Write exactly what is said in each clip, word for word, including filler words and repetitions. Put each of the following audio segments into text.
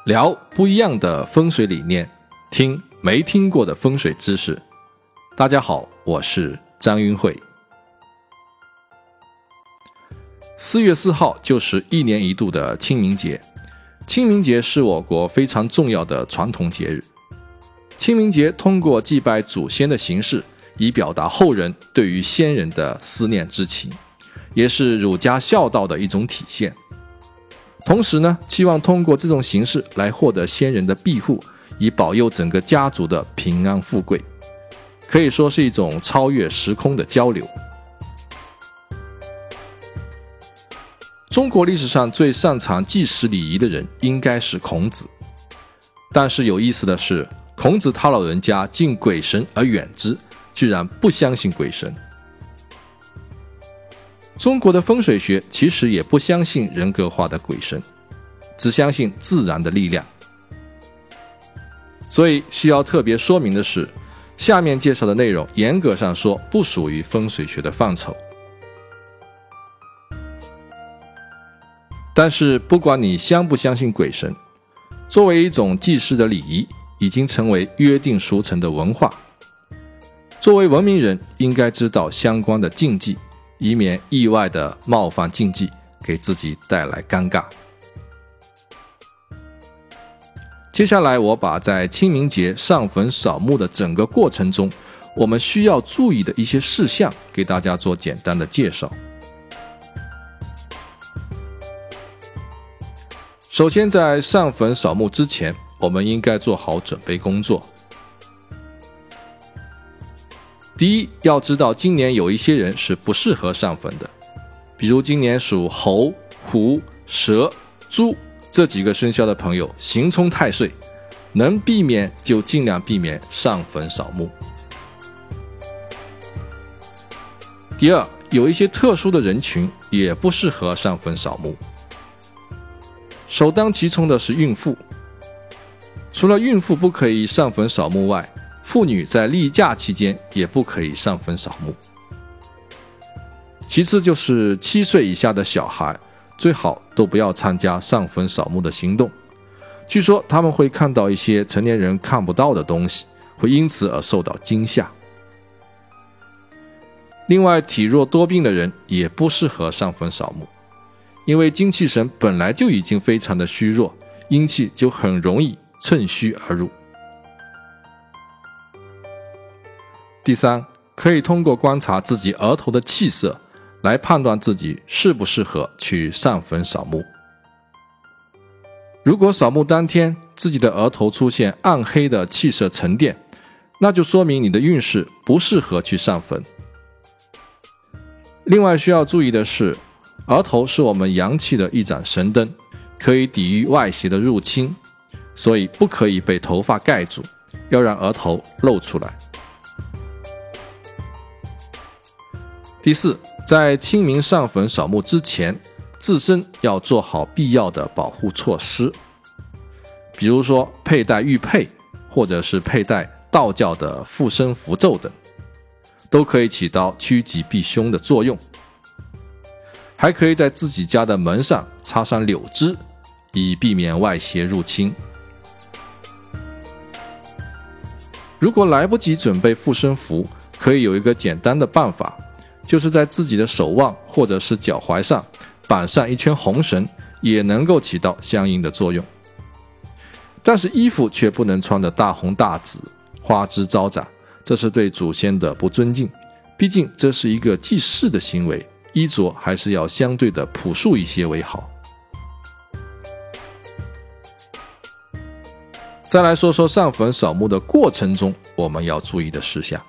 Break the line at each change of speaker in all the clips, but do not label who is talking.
聊不一样的风水理念，听没听过的风水知识。大家好，我是张云慧。四月四号就是一年一度的清明节。清明节是我国非常重要的传统节日。清明节通过祭拜祖先的形式，以表达后人对于先人的思念之情，也是儒家孝道的一种体现。同时呢，期望通过这种形式来获得先人的庇护，以保佑整个家族的平安富贵，可以说是一种超越时空的交流。中国历史上最擅长祭祀礼仪的人应该是孔子，但是有意思的是，孔子他老人家敬鬼神而远之，居然不相信鬼神。中国的风水学其实也不相信人格化的鬼神，只相信自然的力量。所以需要特别说明的是，下面介绍的内容严格上说不属于风水学的范畴。但是不管你相不相信鬼神，作为一种祭祀的礼仪，已经成为约定俗成的文化。作为文明人，应该知道相关的禁忌，以免意外的冒犯禁忌，给自己带来尴尬。接下来我把在清明节上坟扫墓的整个过程中，我们需要注意的一些事项给大家做简单的介绍。首先，在上坟扫墓之前，我们应该做好准备工作。第一，要知道今年有一些人是不适合上坟的，比如今年属猴、虎、蛇、猪这几个生肖的朋友，刑冲太岁，能避免就尽量避免上坟扫墓。第二，有一些特殊的人群也不适合上坟扫墓。首当其冲的是孕妇，除了孕妇不可以上坟扫墓外，妇女在例假期间也不可以上坟扫墓。其次就是七岁以下的小孩，最好都不要参加上坟扫墓的行动。据说他们会看到一些成年人看不到的东西，会因此而受到惊吓。另外，体弱多病的人也不适合上坟扫墓，因为精气神本来就已经非常的虚弱，阴气就很容易趁虚而入。第三，可以通过观察自己额头的气色来判断自己适不适合去上坟扫墓。如果扫墓当天自己的额头出现暗黑的气色沉淀，那就说明你的运势不适合去上坟。另外需要注意的是，额头是我们阳气的一盏神灯，可以抵御外邪的入侵，所以不可以被头发盖住，要让额头露出来。第四，在清明上坟扫墓之前，自身要做好必要的保护措施，比如说佩戴玉佩，或者是佩戴道教的护身符咒等，都可以起到趋吉避凶的作用。还可以在自己家的门上插上柳枝，以避免外邪入侵。如果来不及准备护身符，可以有一个简单的办法，就是在自己的手腕或者是脚踝上绑上一圈红绳，也能够起到相应的作用。但是衣服却不能穿得大红大紫，花枝招展，这是对祖先的不尊敬，毕竟这是一个祭祀的行为，衣着还是要相对的朴素一些为好。再来说说上坟扫墓的过程中我们要注意的事项。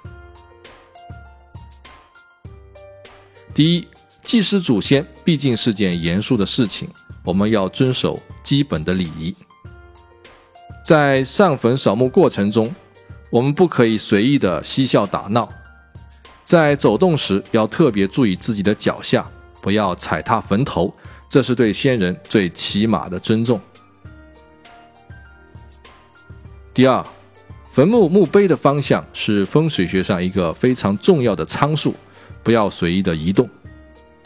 第一，祭祀祖先毕竟是件严肃的事情，我们要遵守基本的礼仪。在上坟扫墓过程中，我们不可以随意的嬉笑打闹，在走动时要特别注意自己的脚下，不要踩踏坟头，这是对先人最起码的尊重。第二，坟墓墓碑的方向是风水学上一个非常重要的参数，不要随意的移动。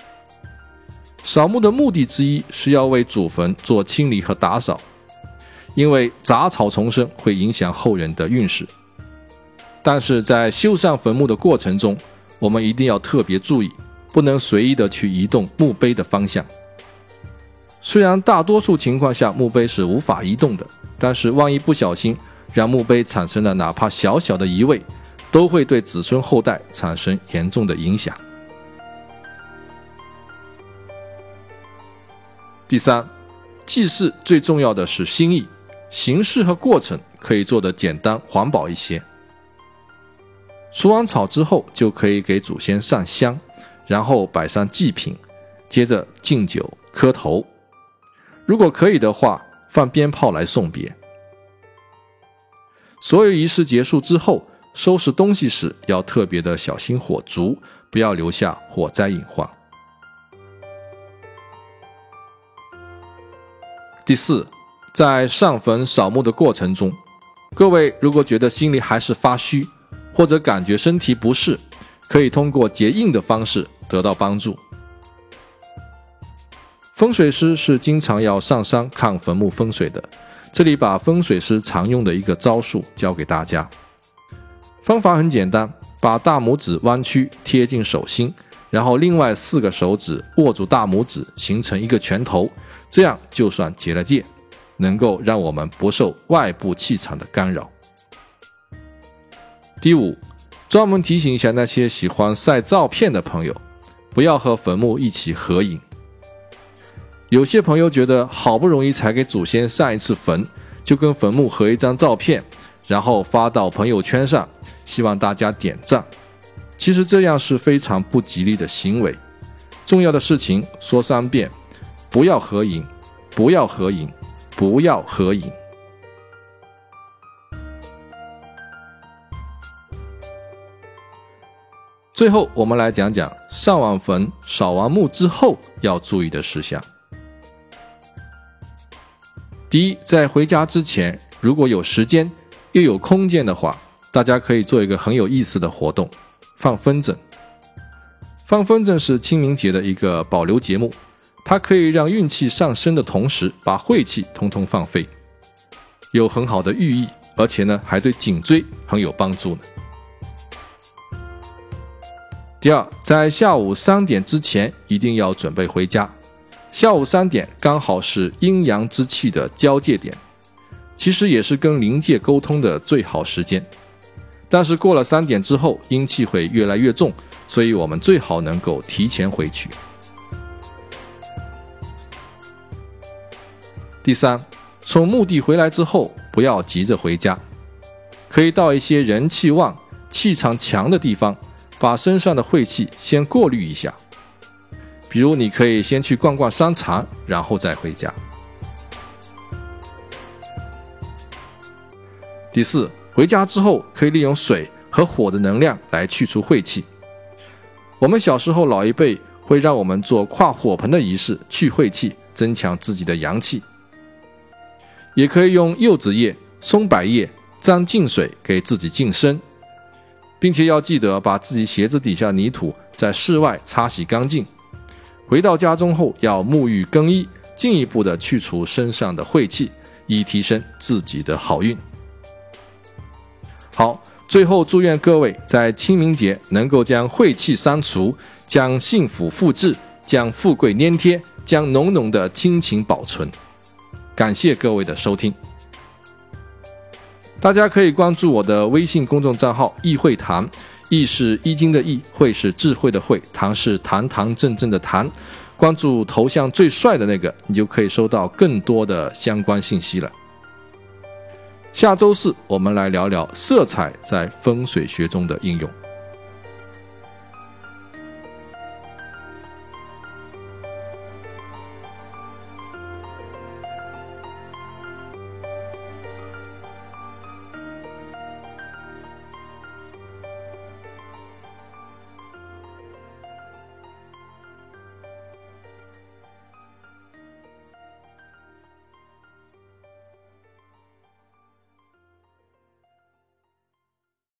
扫墓的目的之一是要为祖坟做清理和打扫， 因为杂草丛生会影响后人的运势。但是在修缮坟墓的过程中，我们一定要特别注意，不能随意的去移动墓碑的方向。虽然大多数情况下墓碑是无法移动的，但是万一不小心让墓碑产生了哪怕小小的移位，都会对子孙后代产生严重的影响。第三，祭祀最重要的是心意，形式和过程可以做得简单环保一些。除完草之后，就可以给祖先上香，然后摆上祭品，接着敬酒磕头。如果可以的话，放鞭炮来送别。所有仪式结束之后，收拾东西时要特别的小心火烛，不要留下火灾隐患。第四，在上坟扫墓的过程中，各位如果觉得心里还是发虚，或者感觉身体不适，可以通过结印的方式得到帮助。风水师是经常要上山看坟墓风水的，这里把风水师常用的一个招数教给大家。方法很简单，把大拇指弯曲贴近手心，然后另外四个手指握住大拇指，形成一个拳头，这样就算结了界，能够让我们不受外部气场的干扰。第五，专门提醒一下那些喜欢晒照片的朋友，不要和坟墓一起合影。有些朋友觉得好不容易才给祖先上一次坟，就跟坟墓合一张照片，然后发到朋友圈上，希望大家点赞。其实这样是非常不吉利的行为。重要的事情说三遍，不要合影，不要合影，不要合影。最后我们来讲讲上完坟扫完墓之后要注意的事项。第一，在回家之前，如果有时间又有空间的话，大家可以做一个很有意思的活动，放风筝。放风筝是清明节的一个保留节目，它可以让运气上升的同时把晦气通通放飞，有很好的寓意，而且呢还对颈椎很有帮助呢。第二，在下午三点之前一定要准备回家。下午三点刚好是阴阳之气的交界点，其实也是跟灵界沟通的最好时间。但是过了三点之后，阴气会越来越重，所以我们最好能够提前回去。第三，从墓地回来之后，不要急着回家，可以到一些人气旺、气场强的地方，把身上的晦气先过滤一下。比如你可以先去逛逛商场，然后再回家。第四，回家之后可以利用水和火的能量来去除晦气。我们小时候老一辈会让我们做跨火盆的仪式，去晦气，增强自己的阳气。也可以用柚子叶、松柏叶沾净水给自己净身，并且要记得把自己鞋子底下泥土在室外擦洗干净。回到家中后要沐浴更衣，进一步的去除身上的晦气，以提升自己的好运。好，最后祝愿各位在清明节能够将晦气删除，将幸福复制，将富贵粘贴，将浓浓的亲情保存。感谢各位的收听。大家可以关注我的微信公众账号易会谈，易是易经的易，会是智慧的会，谈是堂堂正正的谈。关注头像最帅的那个，你就可以收到更多的相关信息了。下周四我们来聊聊色彩在风水学中的应用。